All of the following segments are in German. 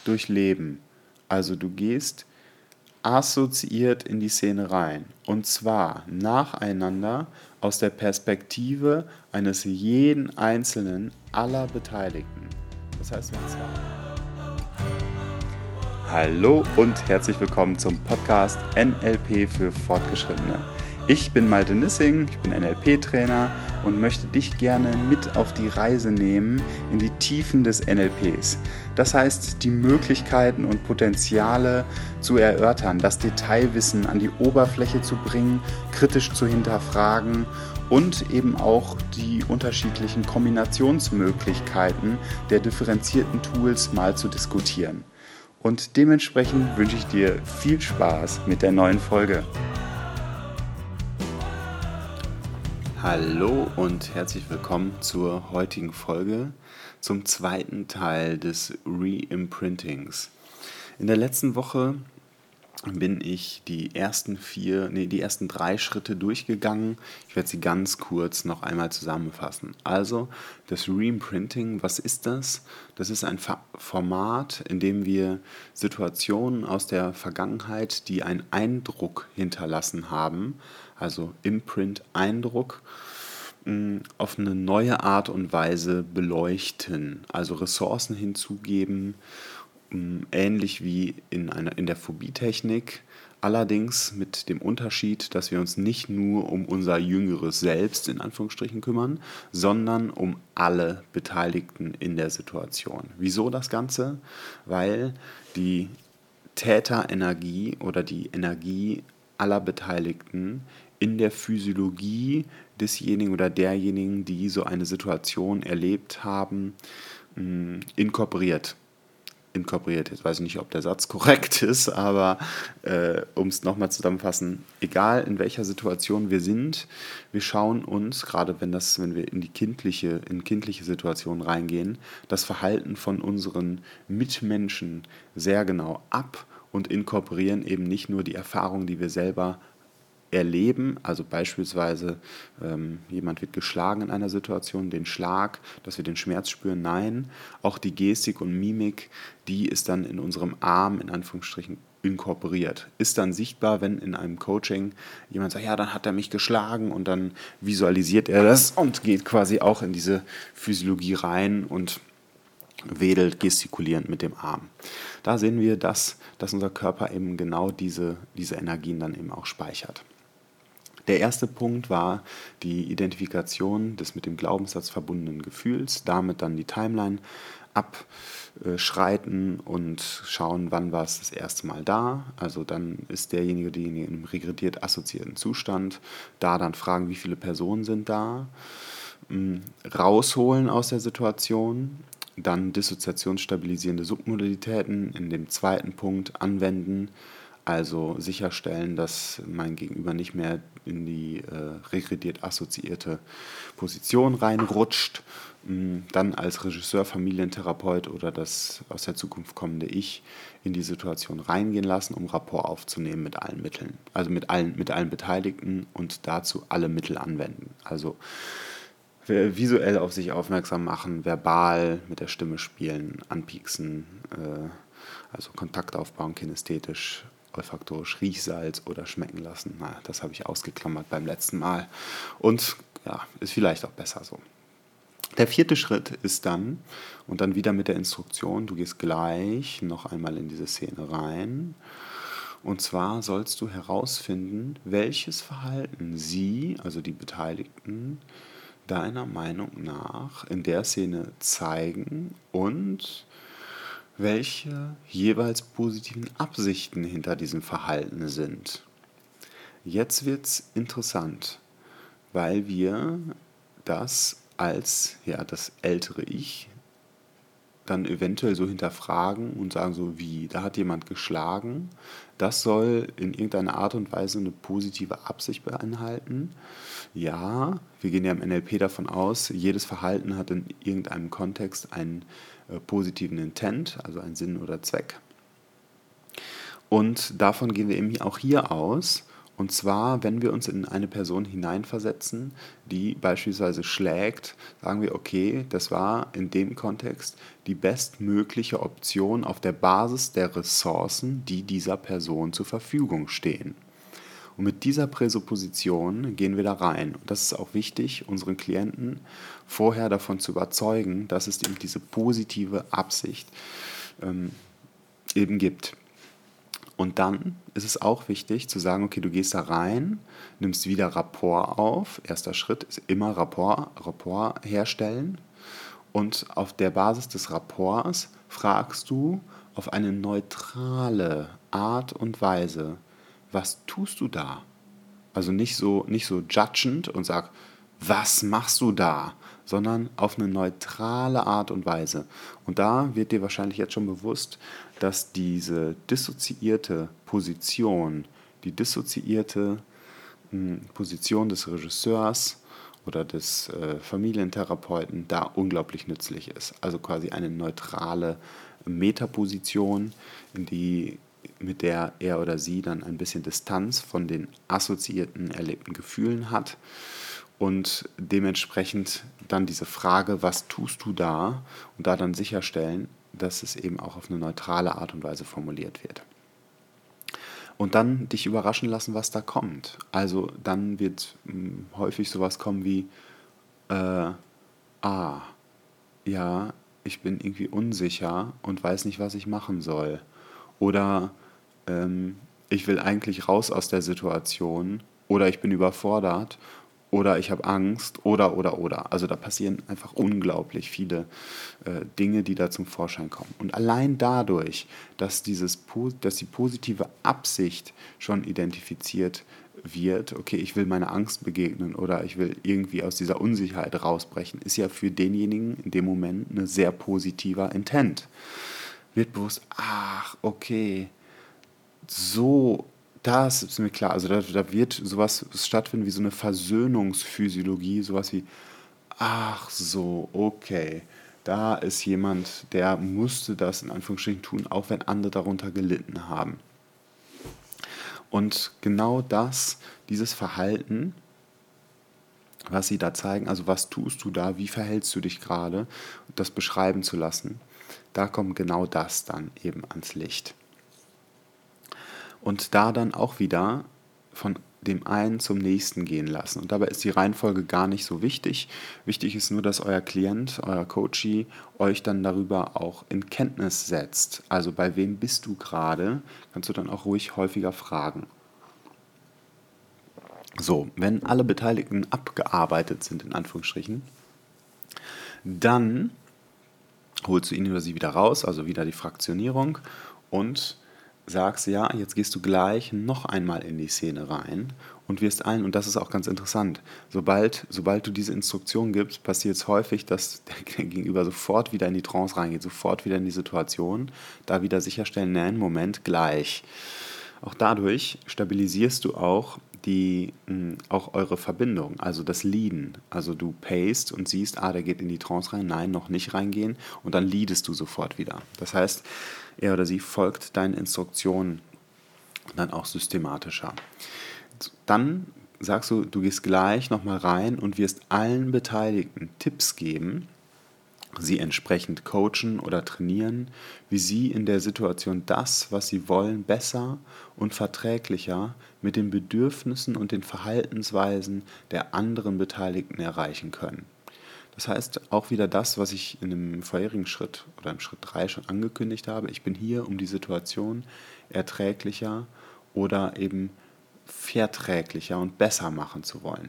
durchleben. Also du gehst assoziiert in die Szene rein. Und zwar nacheinander aus der Perspektive eines jeden Einzelnen aller Beteiligten. Das heißt, wenn zwar. Hallo und herzlich willkommen zum Podcast NLP für Fortgeschrittene. Ich bin Malte Nissing, ich bin NLP-Trainer und möchte dich gerne mit auf die Reise nehmen in die Tiefen des NLPs. Das heißt, die Möglichkeiten und Potenziale zu erörtern, das Detailwissen an die Oberfläche zu bringen, kritisch zu hinterfragen und eben auch die unterschiedlichen Kombinationsmöglichkeiten der differenzierten Tools mal zu diskutieren. Und dementsprechend wünsche ich dir viel Spaß mit der neuen Folge. Hallo und herzlich willkommen zur heutigen Folge, zum zweiten Teil des Reimprintings. In der letzten Woche bin ich die ersten 3 Schritte durchgegangen. Ich werde sie ganz kurz noch einmal zusammenfassen. Also das Reimprinting, was ist das? Das ist ein Format, in dem wir Situationen aus der Vergangenheit, die einen Eindruck hinterlassen haben, also Imprint, Eindruck, auf eine neue Art und Weise beleuchten, also Ressourcen hinzugeben, ähnlich wie in der Phobie-Technik, allerdings mit dem Unterschied, dass wir uns nicht nur um unser jüngeres Selbst in Anführungsstrichen kümmern, sondern um alle Beteiligten in der Situation. Wieso das Ganze? Weil die Täterenergie oder die Energie aller Beteiligten in der Physiologie desjenigen oder derjenigen, die so eine Situation erlebt haben, inkorporiert. Jetzt weiß ich nicht, ob der Satz korrekt ist, aber um es nochmal zusammenfassen, egal in welcher Situation wir sind, wir schauen uns, gerade wenn wir in kindliche Situationen reingehen, das Verhalten von unseren Mitmenschen sehr genau ab und inkorporieren eben nicht nur die Erfahrungen, die wir selber erleben, also beispielsweise jemand wird geschlagen in einer Situation, den Schlag, dass wir den Schmerz spüren, nein, auch die Gestik und Mimik, die ist dann in unserem Arm in Anführungsstrichen inkorporiert, ist dann sichtbar, wenn in einem Coaching jemand sagt, ja, dann hat er mich geschlagen und dann visualisiert er das und geht quasi auch in diese Physiologie rein und wedelt gestikulierend mit dem Arm. Da sehen wir, dass unser Körper eben genau diese Energien dann eben auch speichert. Der erste Punkt war die Identifikation des mit dem Glaubenssatz verbundenen Gefühls, damit dann die Timeline abschreiten und schauen, wann war es das erste Mal da. Also dann ist diejenige in einem regrediert assoziierten Zustand. Da dann fragen, wie viele Personen sind da. Rausholen aus der Situation. Dann dissoziationsstabilisierende Submodalitäten in dem zweiten Punkt anwenden. Also sicherstellen, dass mein Gegenüber nicht mehr in die regrediert assoziierte Position reinrutscht. Dann als Regisseur, Familientherapeut oder das aus der Zukunft kommende Ich in die Situation reingehen lassen, um Rapport aufzunehmen mit allen Mitteln. Also mit allen Beteiligten und dazu alle Mittel anwenden. Also visuell auf sich aufmerksam machen, verbal mit der Stimme spielen, anpieksen, also Kontakt aufbauen, kinästhetisch, olfaktorisch, Riechsalz oder schmecken lassen. Das habe ich ausgeklammert beim letzten Mal und ja, ist vielleicht auch besser so. Der vierte Schritt ist dann, und dann wieder mit der Instruktion, du gehst gleich noch einmal in diese Szene rein. Und zwar sollst du herausfinden, welches Verhalten sie, also die Beteiligten, deiner Meinung nach in der Szene zeigen und welche jeweils positiven Absichten hinter diesem Verhalten sind. Jetzt wird es interessant, weil wir das als das ältere Ich dann eventuell so hinterfragen und sagen so wie, da hat jemand geschlagen, das soll in irgendeiner Art und Weise eine positive Absicht beinhalten. Ja, wir gehen ja im NLP davon aus, jedes Verhalten hat in irgendeinem Kontext einen positiven Intent, also einen Sinn oder Zweck. Und davon gehen wir eben auch hier aus Und zwar, wenn wir uns in eine Person hineinversetzen, die beispielsweise schlägt, sagen wir, okay, das war in dem Kontext die bestmögliche Option auf der Basis der Ressourcen, die dieser Person zur Verfügung stehen. Und mit dieser Präsupposition gehen wir da rein. Und das ist auch wichtig, unseren Klienten vorher davon zu überzeugen, dass es eben diese positive Absicht eben gibt. Und dann ist es auch wichtig zu sagen, okay, du gehst da rein, nimmst wieder Rapport auf. Erster Schritt ist immer Rapport herstellen. Und auf der Basis des Rapports fragst du auf eine neutrale Art und Weise, was tust du da? Also nicht so judgend und sag, was machst du da? Sondern auf eine neutrale Art und Weise. Und da wird dir wahrscheinlich jetzt schon bewusst, dass diese dissoziierte Position, die dissoziierte Position des Regisseurs oder des Familientherapeuten da unglaublich nützlich ist. Also quasi eine neutrale Metaposition, mit der er oder sie dann ein bisschen Distanz von den assoziierten, erlebten Gefühlen hat und dementsprechend dann diese Frage, was tust du da? Und da dann sicherstellen, dass es eben auch auf eine neutrale Art und Weise formuliert wird. Und dann dich überraschen lassen, was da kommt. Also dann wird häufig sowas kommen wie, ja, ich bin irgendwie unsicher und weiß nicht, was ich machen soll. Oder ich will eigentlich raus aus der Situation. Oder ich bin überfordert. Oder ich habe Angst. Oder. Also da passieren einfach unglaublich viele Dinge, die da zum Vorschein kommen. Und allein dadurch, dass die positive Absicht schon identifiziert wird, okay, ich will meiner Angst begegnen oder ich will irgendwie aus dieser Unsicherheit rausbrechen, ist ja für denjenigen in dem Moment ein sehr positiver Intent. Wird bewusst, ach, okay, so, das ist mir klar. Also da wird sowas stattfinden wie so eine Versöhnungsphysiologie, sowas wie, ach so, okay, da ist jemand, der musste das in Anführungsstrichen tun, auch wenn andere darunter gelitten haben. Und genau dieses Verhalten, was sie da zeigen, also was tust du da, wie verhältst du dich gerade, das beschreiben zu lassen, da kommt genau das dann eben ans Licht. Und da dann auch wieder von dem einen zum nächsten gehen lassen. Und dabei ist die Reihenfolge gar nicht so wichtig. Wichtig ist nur, dass euer Klient, euer Coachee, euch dann darüber auch in Kenntnis setzt. Also bei wem bist du gerade, kannst du dann auch ruhig häufiger fragen. So, wenn alle Beteiligten abgearbeitet sind, in Anführungsstrichen, dann holst du ihn oder sie wieder raus, also wieder die Fraktionierung und sagst, ja, jetzt gehst du gleich noch einmal in die Szene rein und wirst und das ist auch ganz interessant, sobald du diese Instruktion gibst, passiert es häufig, dass der Gegenüber sofort wieder in die Trance reingeht, sofort wieder in die Situation, da wieder sicherstellen, nein, Moment, gleich. Auch dadurch stabilisierst du auch auch eure Verbindung, also das Leaden. Also du paced und siehst, der geht in die Trance rein, nein, noch nicht reingehen und dann leadest du sofort wieder. Das heißt, er oder sie folgt deinen Instruktionen dann auch systematischer. Dann sagst du, du gehst gleich nochmal rein und wirst allen Beteiligten Tipps geben, sie entsprechend coachen oder trainieren, wie sie in der Situation das, was sie wollen, besser und verträglicher mit den Bedürfnissen und den Verhaltensweisen der anderen Beteiligten erreichen können. Das heißt, auch wieder das, was ich in einem vorherigen Schritt oder im Schritt 3 schon angekündigt habe, ich bin hier, um die Situation erträglicher oder eben verträglicher und besser machen zu wollen.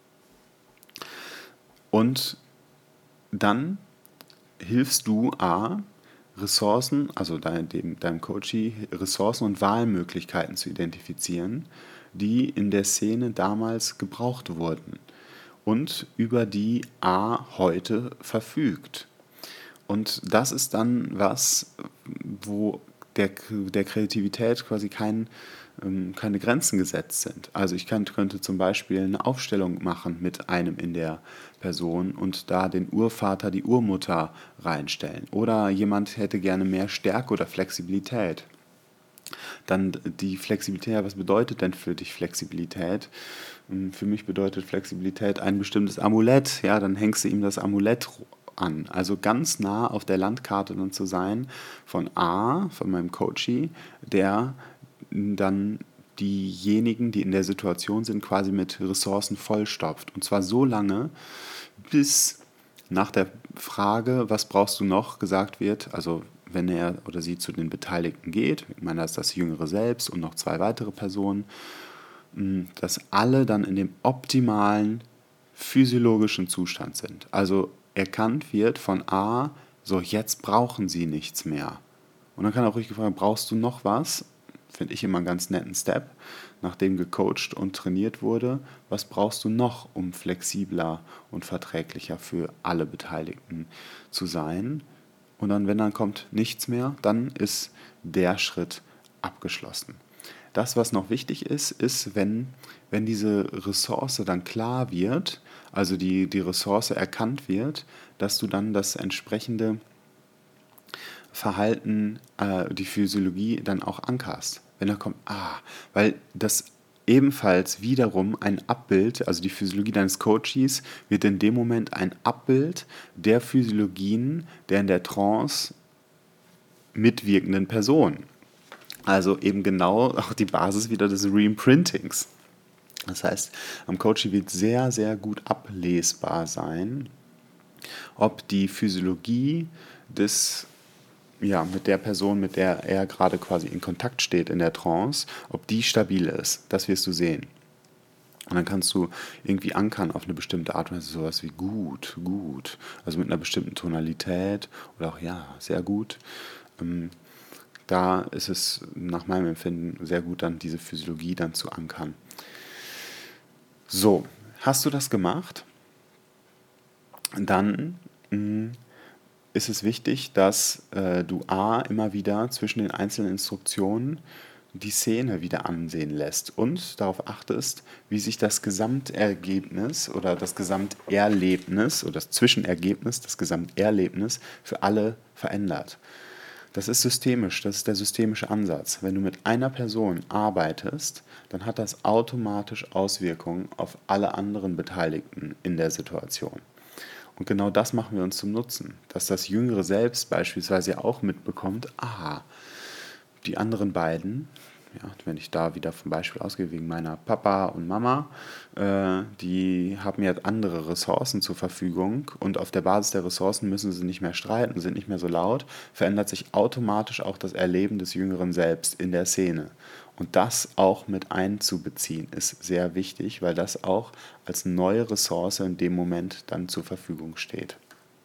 Und dann hilfst du Ressourcen, also deinem Coachee, Ressourcen und Wahlmöglichkeiten zu identifizieren, die in der Szene damals gebraucht wurden und über die heute verfügt. Und das ist dann was, wo der Kreativität quasi keine Grenzen gesetzt sind. Also ich könnte zum Beispiel eine Aufstellung machen mit einem in der Person und da den Urvater, die Urmutter reinstellen. Oder jemand hätte gerne mehr Stärke oder Flexibilität. Dann die Flexibilität, ja, was bedeutet denn für dich Flexibilität? Für mich bedeutet Flexibilität ein bestimmtes Amulett. Ja, dann hängst du ihm das Amulett an. Also ganz nah auf der Landkarte dann zu sein von meinem Coachie, der dann diejenigen, die in der Situation sind, quasi mit Ressourcen vollstopft. Und zwar so lange, bis nach der Frage, was brauchst du noch, gesagt wird, also wenn er oder sie zu den Beteiligten geht, ich meine, das ist das jüngere Selbst und noch 2 weitere Personen, dass alle dann in dem optimalen physiologischen Zustand sind. Also erkannt wird von so jetzt brauchen sie nichts mehr. Und dann kann auch ruhig gefragt, brauchst du noch was? Finde ich immer einen ganz netten Step, nachdem gecoacht und trainiert wurde. Was brauchst du noch, um flexibler und verträglicher für alle Beteiligten zu sein? Und dann, wenn dann kommt nichts mehr, dann ist der Schritt abgeschlossen. Das, was noch wichtig ist, ist, wenn diese Ressource dann klar wird, also die Ressource erkannt wird, dass du dann das entsprechende Verhalten, die Physiologie dann auch ankerst. Wenn da kommt, weil das ebenfalls wiederum ein Abbild, also die Physiologie deines Coaches wird in dem Moment ein Abbild der Physiologien der in der Trance mitwirkenden Person. Also eben genau auch die Basis wieder des Reimprintings. Das heißt, am Coaching wird sehr, sehr gut ablesbar sein, ob die Physiologie mit der Person, mit der er gerade quasi in Kontakt steht in der Trance, ob die stabil ist. Das wirst du sehen. Und dann kannst du irgendwie ankern auf eine bestimmte Art und Weise, sowas wie gut, also mit einer bestimmten Tonalität oder auch sehr gut. Da ist es nach meinem Empfinden sehr gut, dann diese Physiologie dann zu ankern. So, hast du das gemacht? Dann ist es wichtig, dass du immer wieder zwischen den einzelnen Instruktionen die Szene wieder ansehen lässt und darauf achtest, wie sich das Gesamtergebnis oder das Gesamterlebnis oder das Zwischenergebnis, das Gesamterlebnis für alle verändert. Das ist systemisch, das ist der systemische Ansatz. Wenn du mit einer Person arbeitest, dann hat das automatisch Auswirkungen auf alle anderen Beteiligten in der Situation. Und genau das machen wir uns zum Nutzen, dass das jüngere Selbst beispielsweise auch mitbekommt, die anderen beiden, wenn ich da wieder vom Beispiel ausgehe, wegen meiner Papa und Mama, die haben ja andere Ressourcen zur Verfügung und auf der Basis der Ressourcen müssen sie nicht mehr streiten, sind nicht mehr so laut, verändert sich automatisch auch das Erleben des jüngeren Selbst in der Szene. Und das auch mit einzubeziehen ist sehr wichtig, weil das auch als neue Ressource in dem Moment dann zur Verfügung steht.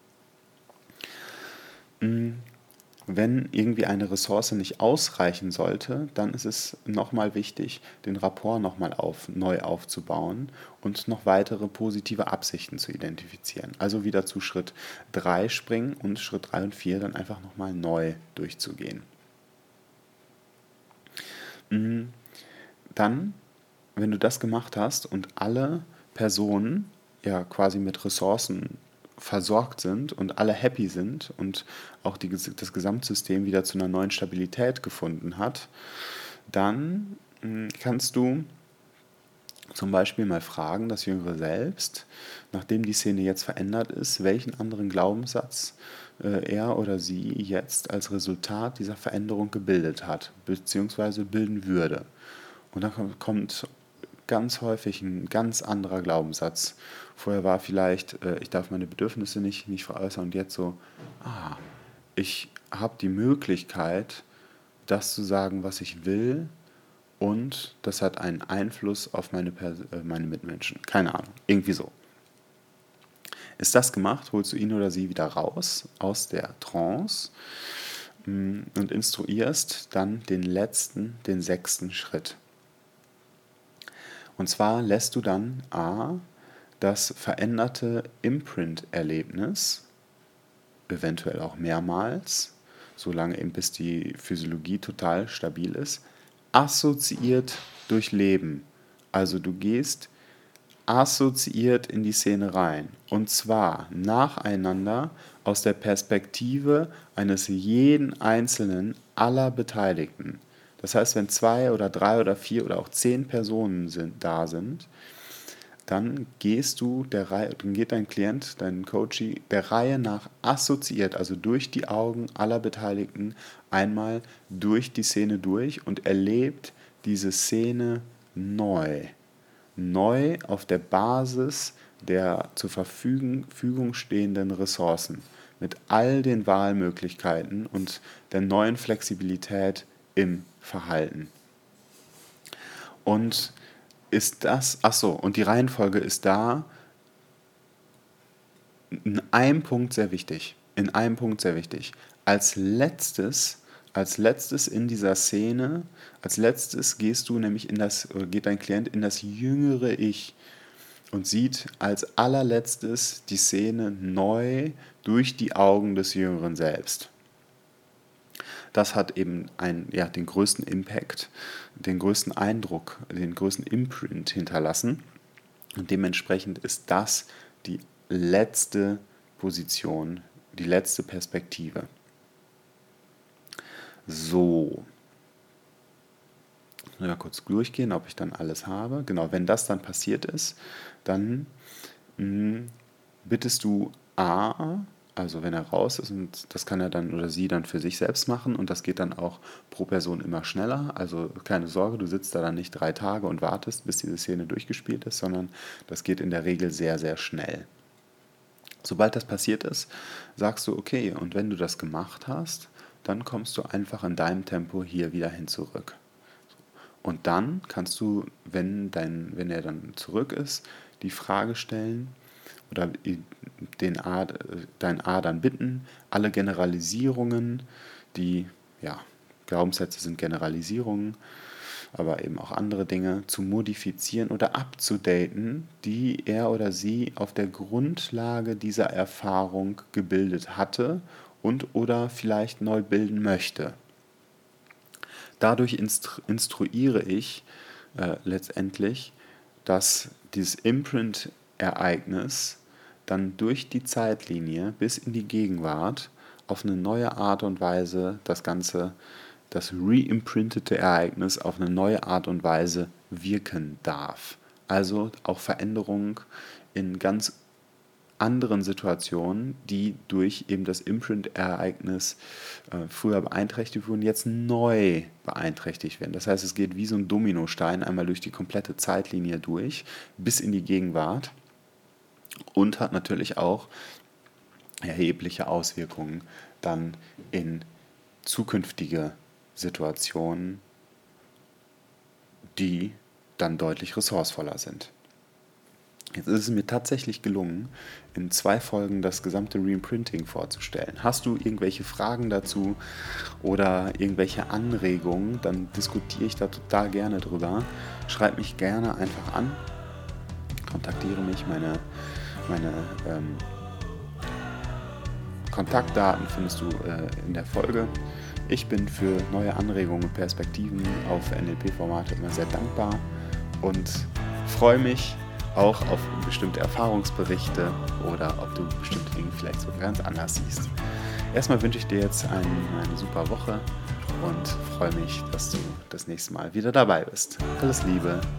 Wenn irgendwie eine Ressource nicht ausreichen sollte, dann ist es nochmal wichtig, den Rapport nochmal neu aufzubauen und noch weitere positive Absichten zu identifizieren. Also wieder zu Schritt 3 springen und Schritt 3 und 4 dann einfach nochmal neu durchzugehen. Dann, wenn du das gemacht hast und alle Personen quasi mit Ressourcen versorgt sind und alle happy sind und auch das Gesamtsystem wieder zu einer neuen Stabilität gefunden hat, dann kannst du zum Beispiel mal fragen, das jüngere Selbst, nachdem die Szene jetzt verändert ist, welchen anderen Glaubenssatz er oder sie jetzt als Resultat dieser Veränderung gebildet hat, beziehungsweise bilden würde. Und dann kommt ganz häufig ein ganz anderer Glaubenssatz. Vorher war vielleicht, ich darf meine Bedürfnisse nicht veräußern und jetzt so, ich habe die Möglichkeit, das zu sagen, was ich will und das hat einen Einfluss auf meine Mitmenschen. Keine Ahnung, irgendwie so. Ist das gemacht, holst du ihn oder sie wieder raus aus der Trance und instruierst dann den 6. Schritt. Und zwar lässt du dann das veränderte Imprint-Erlebnis, eventuell auch mehrmals, solange eben bis die Physiologie total stabil ist, assoziiert durchleben. Also du gehst assoziiert in die Szene rein. Und zwar nacheinander aus der Perspektive eines jeden Einzelnen aller Beteiligten. Das heißt, wenn 2 oder 3 oder 4 oder auch 10 Personen da sind, dann dann geht dein Klient, dein Coachee der Reihe nach assoziiert, also durch die Augen aller Beteiligten einmal durch die Szene durch und erlebt diese Szene neu. Neu auf der Basis der zur Verfügung stehenden Ressourcen, mit all den Wahlmöglichkeiten und der neuen Flexibilität im Verhalten. Und und die Reihenfolge ist da in einem Punkt sehr wichtig. Als letztes in dieser Szene, geht dein Klient in das jüngere Ich und sieht als allerletztes die Szene neu durch die Augen des Jüngeren selbst. Das hat eben den größten Impact, den größten Eindruck, den größten Imprint hinterlassen. Und dementsprechend ist das die letzte Position, die letzte Perspektive. So. Mal kurz durchgehen, ob ich dann alles habe. Genau, wenn das dann passiert ist, dann bittest du also wenn er raus ist, und das kann er dann oder sie dann für sich selbst machen und das geht dann auch pro Person immer schneller, also keine Sorge, du sitzt da dann nicht 3 Tage und wartest, bis diese Szene durchgespielt ist, sondern das geht in der Regel sehr, sehr schnell. Sobald das passiert ist, sagst du, okay, und wenn du das gemacht hast, dann kommst du einfach in deinem Tempo hier wieder hin zurück. Und dann kannst du, wenn er dann zurück ist, die Frage stellen, oder dein A dann bitten, alle Generalisierungen, Glaubenssätze sind Generalisierungen, aber eben auch andere Dinge, zu modifizieren oder abzudaten, die er oder sie auf der Grundlage dieser Erfahrung gebildet hatte und oder vielleicht neu bilden möchte. Dadurch instruiere ich letztendlich, dass dieses Imprint-Ereignis dann durch die Zeitlinie bis in die Gegenwart auf eine neue Art und Weise das reimprintete Ereignis auf eine neue Art und Weise wirken darf. Also auch Veränderung in ganz anderen Situationen, die durch eben das Imprint-Ereignis früher beeinträchtigt wurden, jetzt neu beeinträchtigt werden. Das heißt, es geht wie so ein Dominostein einmal durch die komplette Zeitlinie durch, bis in die Gegenwart und hat natürlich auch erhebliche Auswirkungen dann in zukünftige Situationen, die dann deutlich ressourcevoller sind. Jetzt ist es mir tatsächlich gelungen, in 2 Folgen das gesamte Reimprinting vorzustellen. Hast du irgendwelche Fragen dazu oder irgendwelche Anregungen, dann diskutiere ich da total gerne drüber. Schreib mich gerne einfach an, kontaktiere mich, meine Kontaktdaten findest du in der Folge. Ich bin für neue Anregungen und Perspektiven auf NLP-Formate immer sehr dankbar und freue mich auch auf bestimmte Erfahrungsberichte oder ob du bestimmte Dinge vielleicht sogar ganz anders siehst. Erstmal wünsche ich dir jetzt eine super Woche und freue mich, dass du das nächste Mal wieder dabei bist. Alles Liebe,